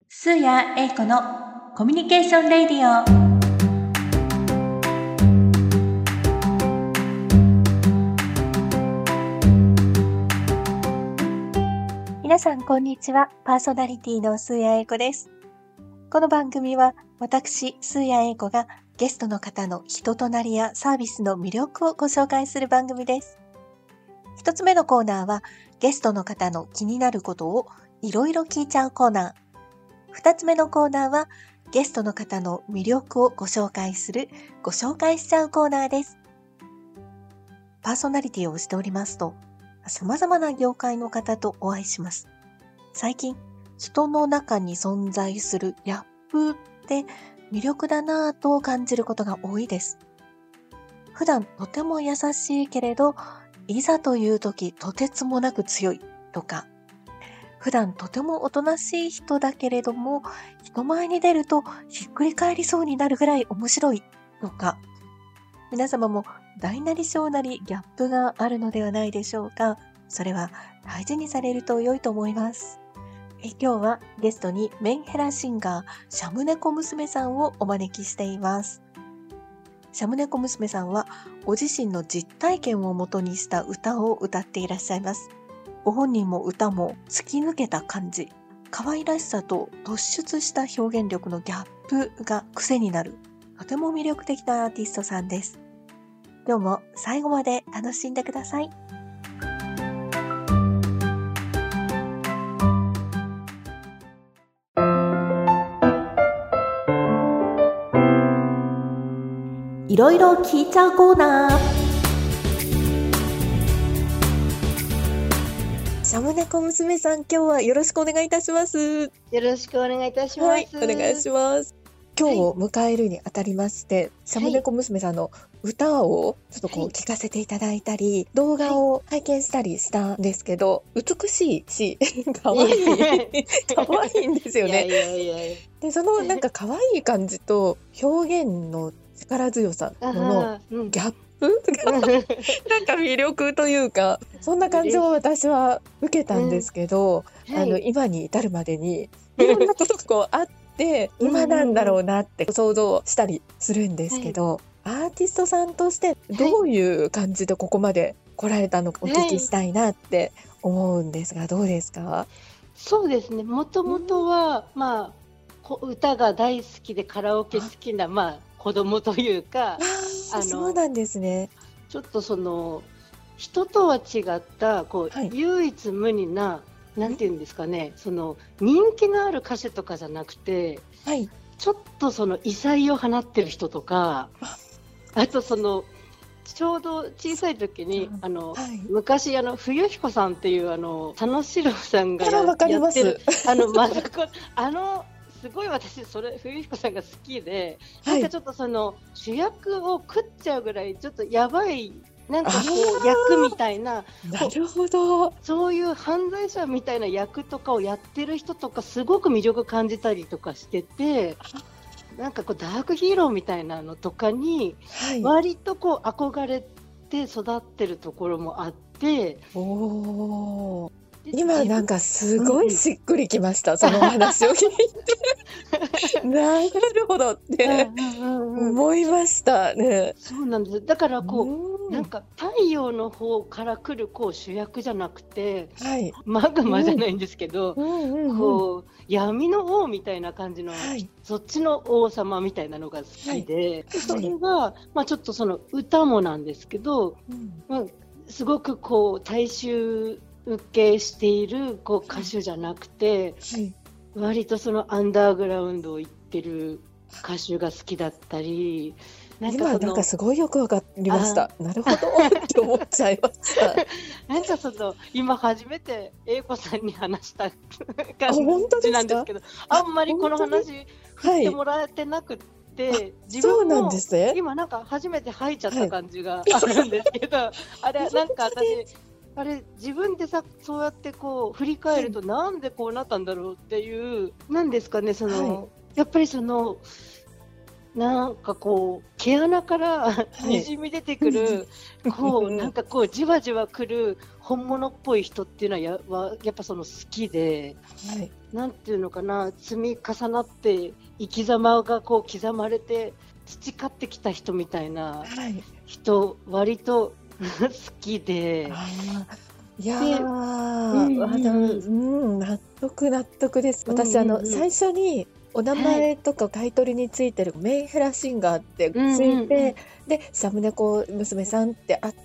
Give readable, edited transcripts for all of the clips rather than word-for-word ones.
スーヤエイコのコミュニケーションレディオ。皆さんこんにちは。パーソナリティのスーヤエイコです。この番組は私スーヤエイコがゲストの方の人となりやサービスの魅力をご紹介する番組です。一つ目のコーナーはゲストの方の気になることをいろいろ聞いちゃうコーナー。二つ目のコーナーはゲストの方の魅力をご紹介するご紹介しちゃうコーナーです。パーソナリティをしておりますと様々な業界の方とお会いします。最近人の中に存在するギャップって魅力だなぁと感じることが多いです。普段とても優しいけれどいざという時とてつもなく強いとか、普段とてもおとなしい人だけれども人前に出るとひっくり返りそうになるぐらい面白いとか、皆様も大なり小なりギャップがあるのではないでしょうか。それは大事にされると良いと思います。今日はゲストにメンヘラシンガーシャムネコ娘さんをお招きしています。シャムネコ娘さんはご自身の実体験をもとにした歌を歌っていらっしゃいます。ご本人も歌も突き抜けた感じ、可愛らしさと突出した表現力のギャップが癖になる、とても魅力的なアーティストさんです。今日も最後まで楽しんでください。いろいろ聞いちゃうコーナー。シャムネコ娘さん、今日はよろしくお願いいたします。 よろしくお願いいたします。 はい、お願いします。今日を迎えるにあたりまして、シャムネコ娘さんの歌をちょっと聞かせていただいたり、動画を拝見したりしたんですけど、美しいし、可愛いんですよね。で、そのなんか可愛い感じと表現の力強さのギャップなんか魅力というか、そんな感じを私は受けたんですけど、今に至るまでにいろんなことがあって今なんだろうなって想像したりするんですけど、アーティストさんとしてどういう感じでここまで来られたのかお聞きしたいなって思うんですが、どうですか？ そうですね、もともとは、歌が大好きでカラオケ好きな子供というか、 そうなんですね。 ちょっとその人とは違った唯一無二な、なんていうんですかね、その人気のある歌手とかじゃなくて、ちょっとその異彩を放ってる人とか、あとそのちょうど小さい時に昔冬彦さんっていう佐野史郎さんがやってるすごい私冬彦さんが好きで、なんかちょっとその主役を食っちゃうぐらいちょっとやばい、なんか役みたいな、 なるほど、 そういう犯罪者みたいな役とかをやってる人とかすごく魅力感じたりとかしてて、なんかダークヒーローみたいなのとかに割と憧れて育ってるところもあって、 今なんかすごいしっくりきました、その話を聞いてなるほどって思いましたね。 そうなんです。だからなんか太陽の方から来る主役じゃなくて、マグマじゃないんですけど、闇の王みたいな感じの、そっちの王様みたいなのが好きで、それがちょっとその歌もなんですけど、すごく大衆受けしている歌手じゃなくて、割とそのアンダーグラウンドを行ってる歌手が好きだったり、 今なんかすごいよくわかりました。なるほどって思っちゃいました。 なんか今初めて英子さんに話した感じなんですけど、あんまりこの話振ってもらえてなくて、自分も今なんか初めて吐いちゃった感じがあるんですけど、あれなんか自分でそうやって振り返るとなんでこうなったんだろうっていう、なんですかね、やっぱりなんか毛穴からにじみ出てくる、なんかじわじわくる本物っぽい人っていうのはやっぱ好きで、 なんていうのかな、積み重なって生き様がこう刻まれて培ってきた人みたいな人、割と好きで。 いや納得です。私、最初にお名前とかタイトルについてるメンヘラシンガーってついて、で、シャムネコ娘さんってあって、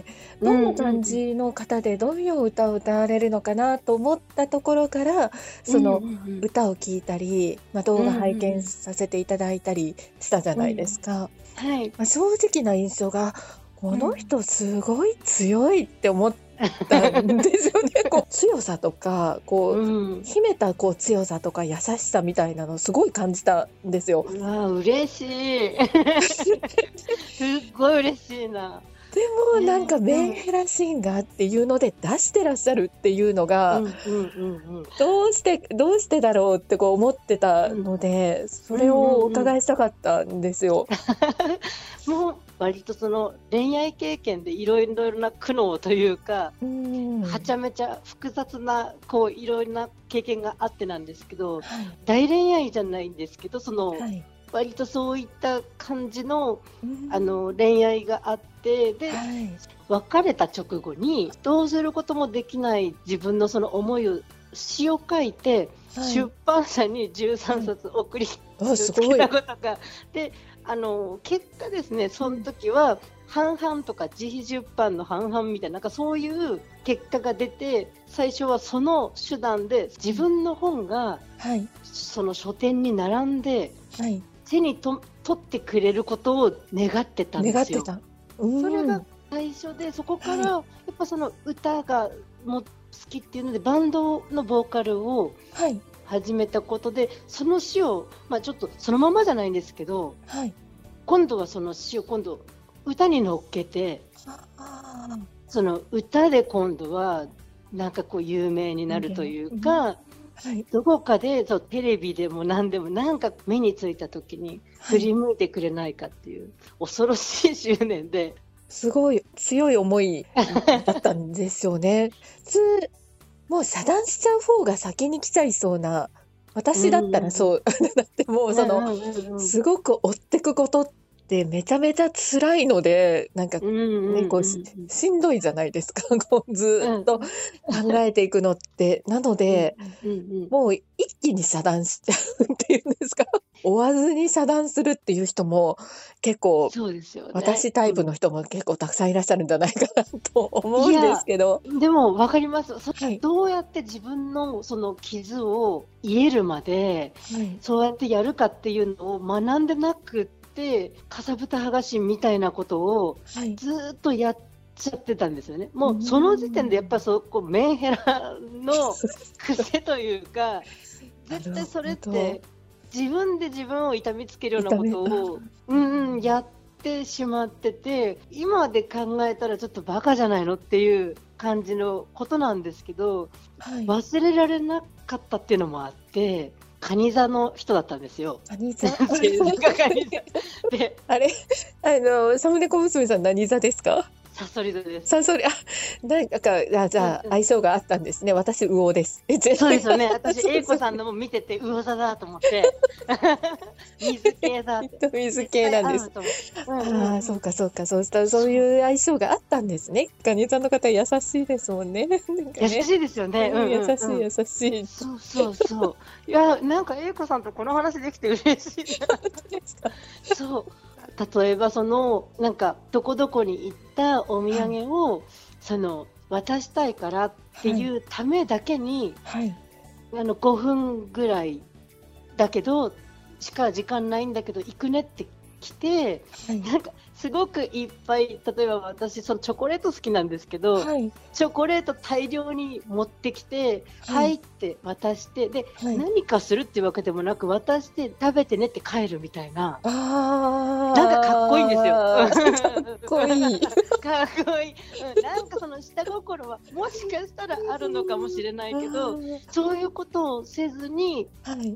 どんな感じの方でどういう歌を歌われるのかなと思ったところから、その歌を聴いたり、動画拝見させていただいたりしたじゃないですか。正直な印象が、この人すごい強いって思ったんですよね。こう強さとか、秘めた強さとか優しさみたいなのをすごい感じたんですよ。 嬉しい。すっごい嬉しいな。 でもなんかメンヘラシンガーっていうので出してらっしゃるっていうのが、どうしてだろうって思ってたので、それをお伺いしたかったんですよ。 もう割とその恋愛経験でいろいろな苦悩というか、はちゃめちゃ複雑ないろいろな経験があってなんですけど、大恋愛じゃないんですけど、割とそういった感じの、恋愛があって、で、別れた直後にどうすることもできない自分のその思いを詩を書いて、出版社に13冊送りつけたことが、で結果ですね、その時は半々とか自費出版の半々みたいな、そういう結果が出て、最初はその手段で自分の本がその書店に並んで手に取ってくれることを願ってたんですよ。それが最初で、そこからやっぱその歌がも好きっていうので、バンドのボーカルを始めたことで、その詩を、ちょっとそのままじゃないんですけど、今度はその詩を歌に乗っけて、その歌で今度はなんか有名になるというか、どこかでテレビでも何でもなんか目についた時に振り向いてくれないかっていう恐ろしい執念で、 すごい強い思いだったんですよね。普通もう遮断しちゃう方が先に来ちゃいそうな、私だったらそうだってもうすごく追ってくことってめちゃめちゃ辛いので、なんかね、しんどいじゃないですか。ずっと考えていくのって。なので、もう一気に遮断しちゃうっていうんですか。追わずに遮断するっていう人も結構、私タイプの人も結構たくさんいらっしゃるんじゃないかなと思うんですけど。 でも分かります。どうやって自分のその傷を癒えるまで、そうやってやるかっていうのを学んでなくって、かさぶた剥がしみたいなことをずっとやっちゃってたんですよね。もうその時点でやっぱメンヘラの癖というか、絶対それって自分で自分を痛めつけるようなことをやってしまってて、今で考えたらちょっとバカじゃないのっていう感じのことなんですけど、忘れられなかったっていうのもあって、蟹座の人だったんですよ。 蟹座で、あれサムネコ娘さん何座ですか？ サソリ座です。 サソリ、なんかじゃあ相性があったんですね。私魚です。 そうですよね。私英子さんのも見てて魚座だと思って、水系だって。 水系なんです。そうかそうか、そういう相性があったんですね。カニさんの方優しいですもんね。 優しいですよね。 優しい。 そう。いや、なんか英子さんとこの話できて嬉しいな。そう。例えばなんかどこどこに行ったお土産を、渡したいからっていうためだけに、5分ぐらいだけどしか時間ないんだけど行くねって来て、なんかすごくいっぱい、例えば私チョコレート好きなんですけど、チョコレート大量に持ってきて、はいって渡して、で、何かするっていうわけでもなく渡して食べてねって帰るみたいな、なんかかっこいいんですよ。 かっこいい。 かっこいい。なんか下心はもしかしたらあるのかもしれないけど、そういうことをせずに、で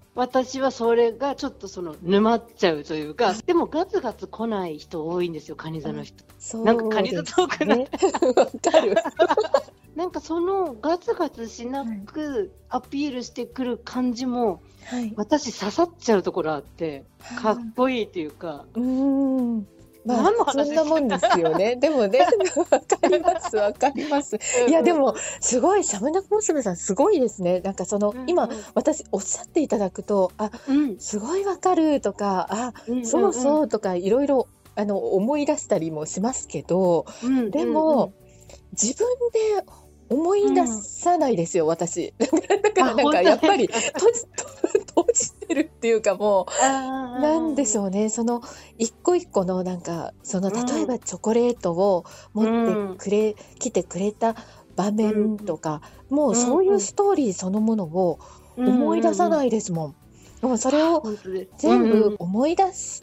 私はそれがちょっと沼っちゃうというか、でもガツガツ来ない人多いんですよ、蟹座の人。なんか蟹座トークなわかる。なんかガツガツしなくアピールしてくる感じも、私刺さっちゃうところあって、かっこいいっていうか。 まあ、そんなもんですよね。でもね、わかります、わかります。いや、でも、すごい、シャムネコ娘さん、すごいですね。なんか今、私、おっしゃっていただくと、すごいわかるとか、そうそうとか、いろいろ、思い出したりもしますけど、でも、自分で思い出さないですよ、私。だからなんかやっぱり閉じてるっていうか、もうなんでしょうね、一個一個のなんか例えばチョコレートを持って来てくれた場面とか、もうそういうストーリーそのものを思い出さないですもん。でもそれを全部思い出して、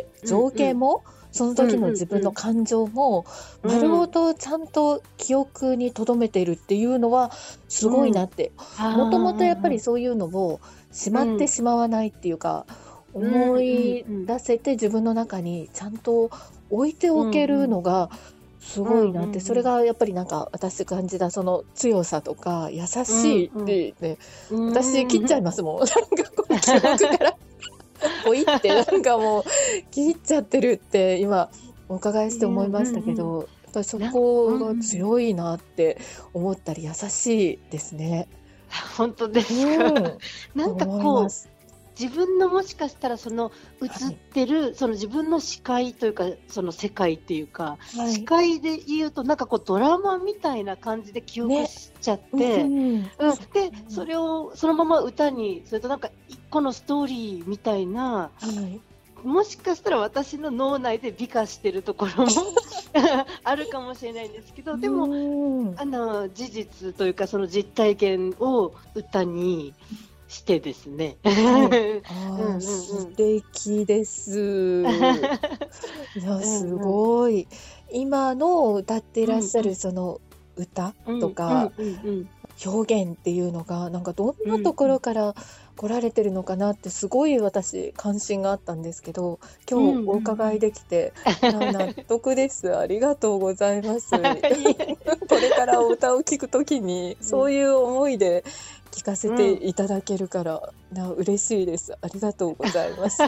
情景もその時の自分の感情も丸ごとちゃんと記憶に留めているっていうのはすごいなって。もともとやっぱりそういうのをしまってしまわないっていうか、思い出せて自分の中にちゃんと置いておけるのがすごいなって。それがやっぱりなんか私感じた強さとか優しいってね、私切っちゃいますもん。なんか記憶からポイってなんかもう切っちゃってるって今お伺いして思いましたけど、やっぱりそこが強いなって思ったり、優しいですね。 本当ですか。なんか自分のもしかしたら映ってる自分の視界というか世界っていうか、視界で言うとなんかドラマみたいな感じで記憶しちゃって、でそれをそのまま歌に、それとなんか一個のストーリーみたいな、もしかしたら私の脳内で美化してるところもあるかもしれないんですけど、でも事実というか実体験を歌にしてですね。 素敵です。いや、すごい。今の歌っていらっしゃる歌とか表現っていうのが、なんかどんなところから来られてるのかなってすごい私関心があったんですけど、今日お伺いできて納得です。ありがとうございます。これからお歌を聴くときにそういう思いで聞かせていただけるから嬉しいです。ありがとうございます。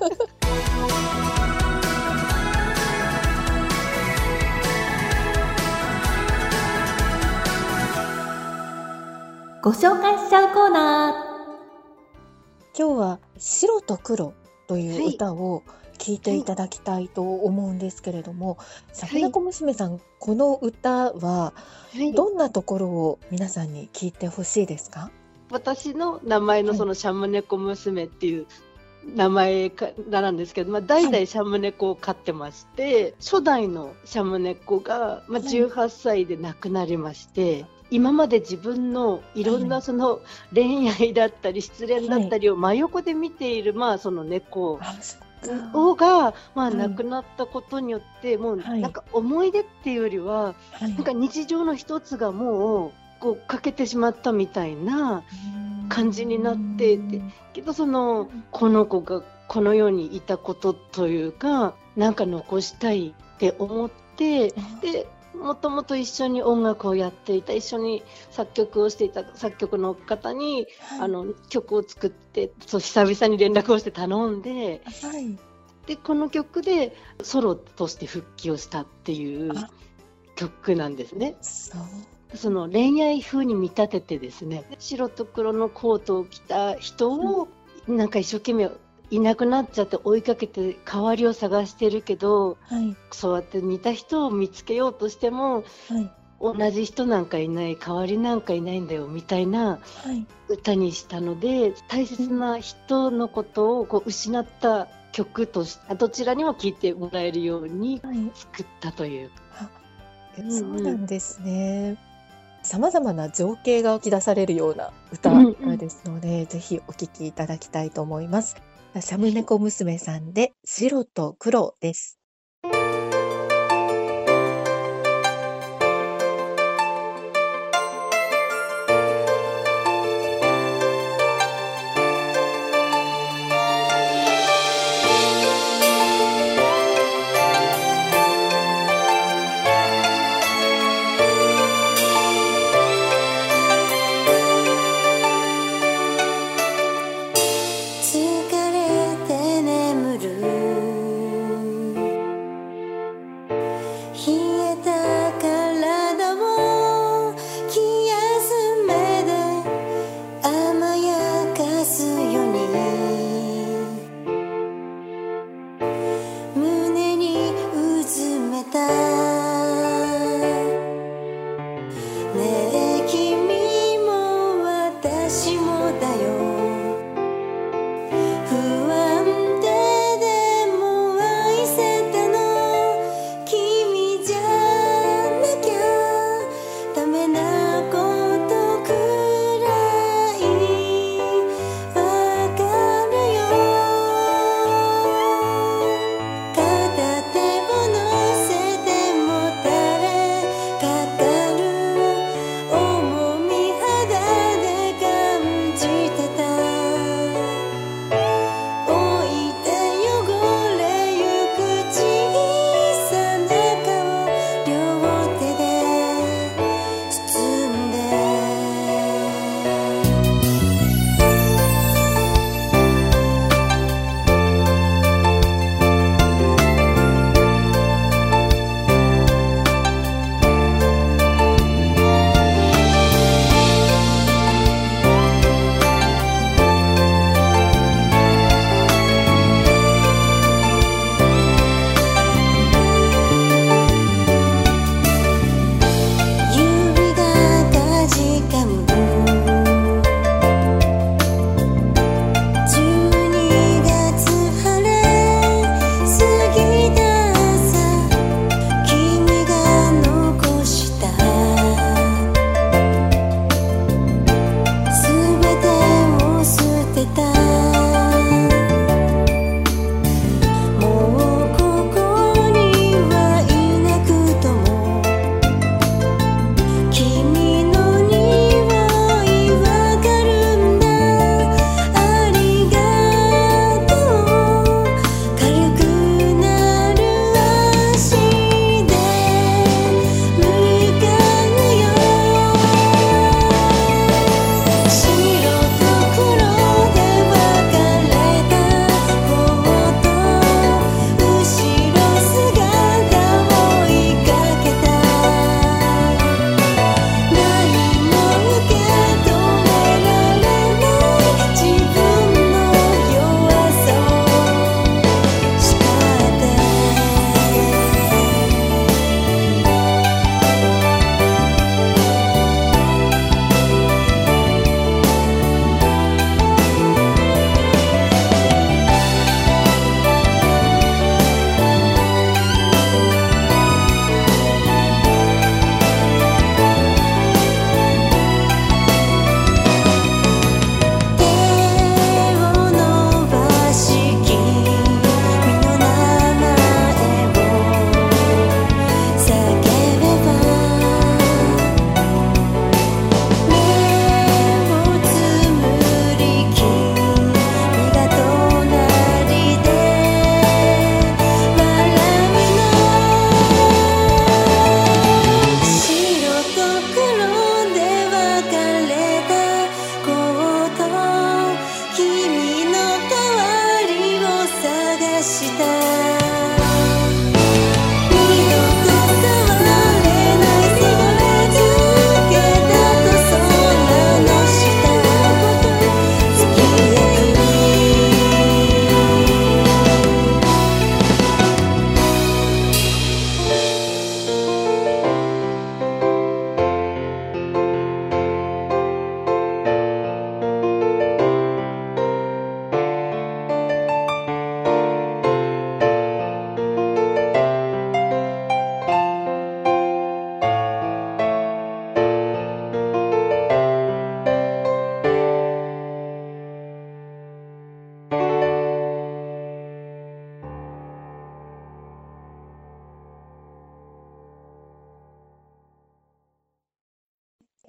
ご紹介しちゃうコーナー。今日は白と黒という歌を聴いていただきたいと思うんですけれども、シャムネコ娘さん、この歌はどんなところを皆さんに聴いてほしいですか？ 私の名前のシャムネコ娘っていう名前からなんですけど、代々シャムネコを飼ってまして、初代のシャムネコが18歳で亡くなりまして、今まで自分のいろんな恋愛だったり失恋だったりを真横で見ている猫が亡くなったことによって、もうなんか思い出っていうよりは、なんか日常の一つがもう欠けてしまったみたいな感じになってて、けどこの子がこの世にいたことというか、なんか残したいって思って、でもともと一緒に音楽をやっていた、一緒に作曲をしていた作曲の方に、曲を作って、久々に連絡をして頼んで、でこの曲でソロとして復帰をしたっていう曲なんですね。恋愛風に見立ててですね、白と黒のコートを着た人をなんか一生懸命いなくなっちゃって追いかけて代わりを探してるけど、そうやって似た人を見つけようとしても、同じ人なんかいない、代わりなんかいないんだよみたいな歌にしたので、大切な人のことを失った曲としてどちらにも聴いてもらえるように作ったという。 そうなんですね。さまざまな情景が起き出されるような歌ですので、ぜひお聴きいただきたいと思います。シャムネコ娘さんで白と黒です。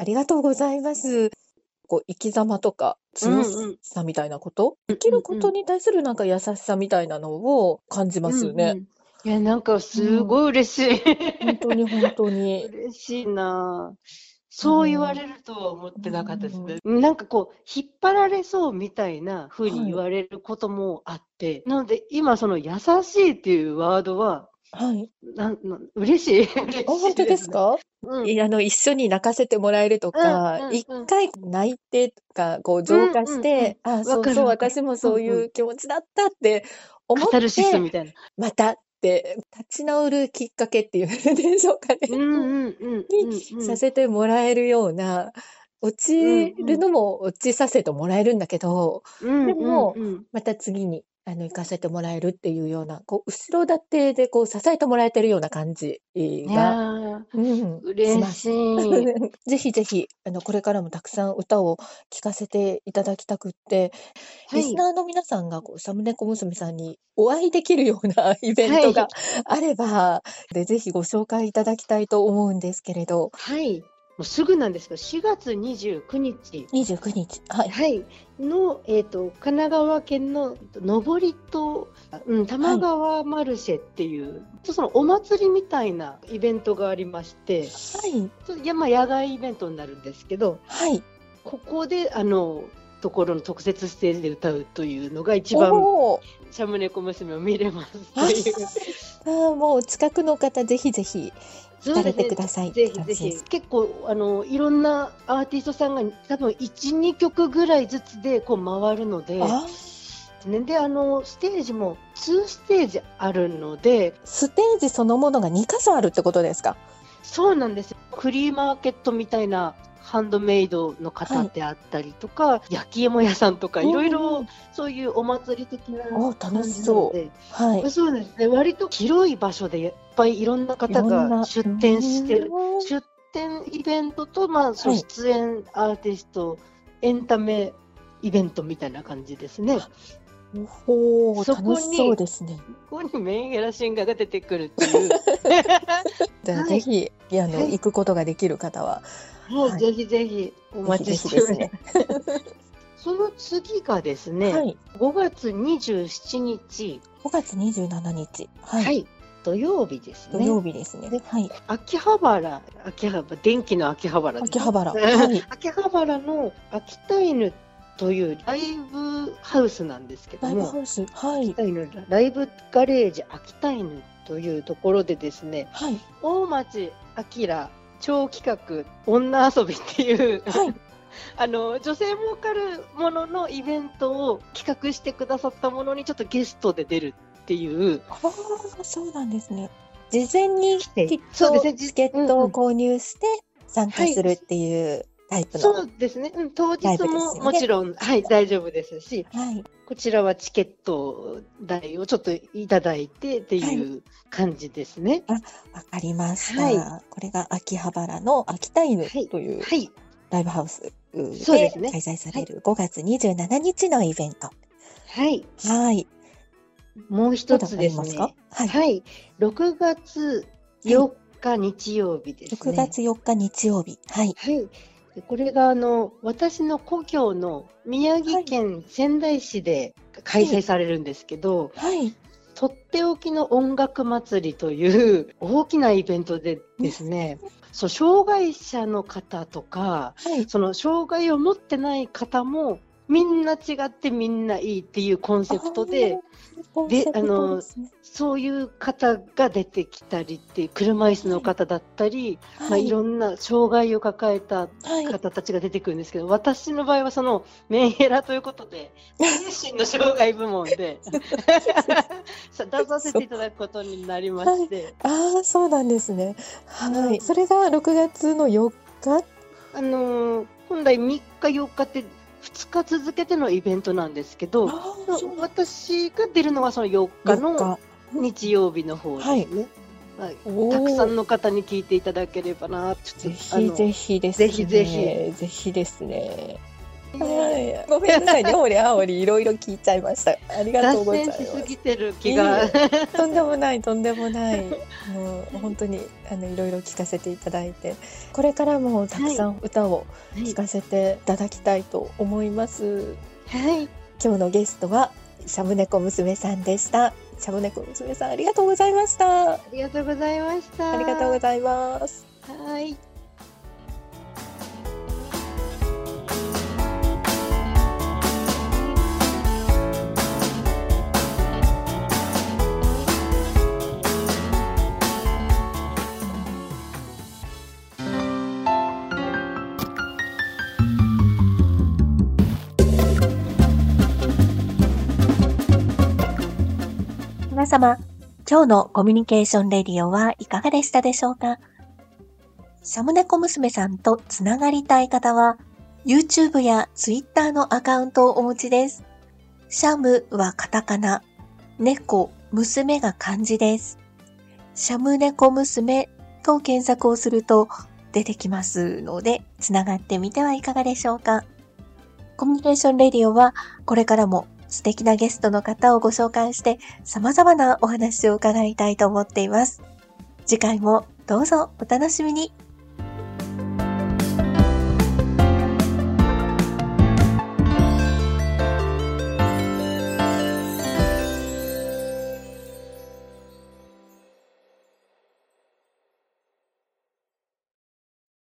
ありがとうございます。生き様とか強さみたいなこと、生きることに対するなんか優しさみたいなのを感じますよね。 いや、なんかすごい嬉しい。 本当に本当に。 嬉しいな。そう言われるとは思ってなかったですね。なんか引っ張られそうみたいな風に言われることもあって、なので今その優しいっていうワードは、嬉しい。 本当ですか？一緒に泣かせてもらえるとか、一回泣いてとか、浄化して、そうそう、私もそういう気持ちだったって思って、 カタルシスみたいな。 またって立ち直るきっかけっていうんでしょうかね。にさせてもらえるような、落ちるのも落ちさせてもらえるんだけど、でも、また次に行かせてもらえるっていうような、後ろ盾で支えてもらえてるような感じが、 嬉しい。 ぜひぜひ、これからもたくさん歌を聴かせていただきたくって、リスナーの皆さんがサムネコ娘さんにお会いできるようなイベントがあれば、ぜひご紹介いただきたいと思うんですけれど。 はい。もうすぐなんですけど、4月29日。 29日。はい。 はい。の、神奈川県の登戸、玉川マルシェっていう、そのお祭りみたいなイベントがありまして、野外イベントになるんですけど、ここで、ところの特設ステージで歌うというのが一番、シャムネコ娘を見れますっていう。 もう近くの方、ぜひぜひ。聞かれてください。 ぜひぜひ。結構いろんなアーティストさんが多分1、2曲ぐらいずつで回るので、でステージも2ステージあるので、 ステージそのものが2箇所あるってことですか？ そうなんですよ。フリーマーケットみたいなハンドメイドの方であったりとか、焼き芋屋さんとかいろいろそういうお祭り的な楽しそう。 そうですね。割と広い場所でいっぱいいろんな方が出展してる。出展イベントと、出演アーティスト、エンタメイベントみたいな感じですね。 楽しそうですね。 ここにメンヘラシンガーが出てくるっていう。 じゃあぜひ行くことができる方は、 ぜひぜひお待ちしてますね。その次がですね、5月27日。 5月27日。 土曜日ですね。 土曜日ですね。 秋葉原、電気の秋葉原。 秋葉原。 秋葉原の秋田犬というライブハウスなんですけども、秋田犬ライブガレージ秋田犬というところでですね、大町明超企画女遊びっていう、女性ボーカルもののイベントを企画してくださったものにちょっとゲストで出るっていう。 そうなんですね。事前にチケットを購入して参加するっていうタイプの。 そうですね。当日ももちろん、大丈夫ですし、こちらはチケット代をちょっといただいてっていう感じですね。 わかりました。これが秋葉原の秋田犬というライブハウスで開催される5月27日のイベント。 もう一つですね。6月4日日曜日ですね。 6月4日日曜日。 これが私の故郷の宮城県仙台市で開催されるんですけど、とっておきの音楽祭りという大きなイベントでですね、障害者の方とか、その障害を持ってない方もみんな違ってみんないいっていうコンセプトで、そういう方が出てきたりって車椅子の方だったり、いろんな障害を抱えた方たちが出てくるんですけど、私の場合はそのメンヘラということで精神の障害部門で出させていただくことになりまして、 そうなんですね。それが6月の4日。 本来3日4日って2日続けてのイベントなんですけど、私が出るのはその4日の日曜日の方ですね。たくさんの方に聞いていただければな。 ぜひぜひですね。ぜひですね。 はい、ごめんなさいね、俺あおりいろいろ聞いちゃいました。ありがとうございます。 脱線しすぎてる気が。 とんでもない、とんでもない。もう本当にいろいろ聞かせていただいて、これからもたくさん歌を聞かせていただきたいと思います。 はい。 今日のゲストはシャムネコ娘さんでした。シャムネコ娘さん、ありがとうございました。 ありがとうございました。 ありがとうございます。 はい。 皆様、今日のコミュニケーションレディオはいかがでしたでしょうか？シャムネコ娘さんとつながりたい方は、YouTube や Twitter のアカウントをお持ちです。シャムはカタカナ、猫、娘が漢字です。シャムネコ娘と検索をすると出てきますので、つながってみてはいかがでしょうか？コミュニケーションレディオは、これからも素敵なゲストの方をご紹介して様々なお話を伺いたいと思っています。次回もどうぞお楽しみに。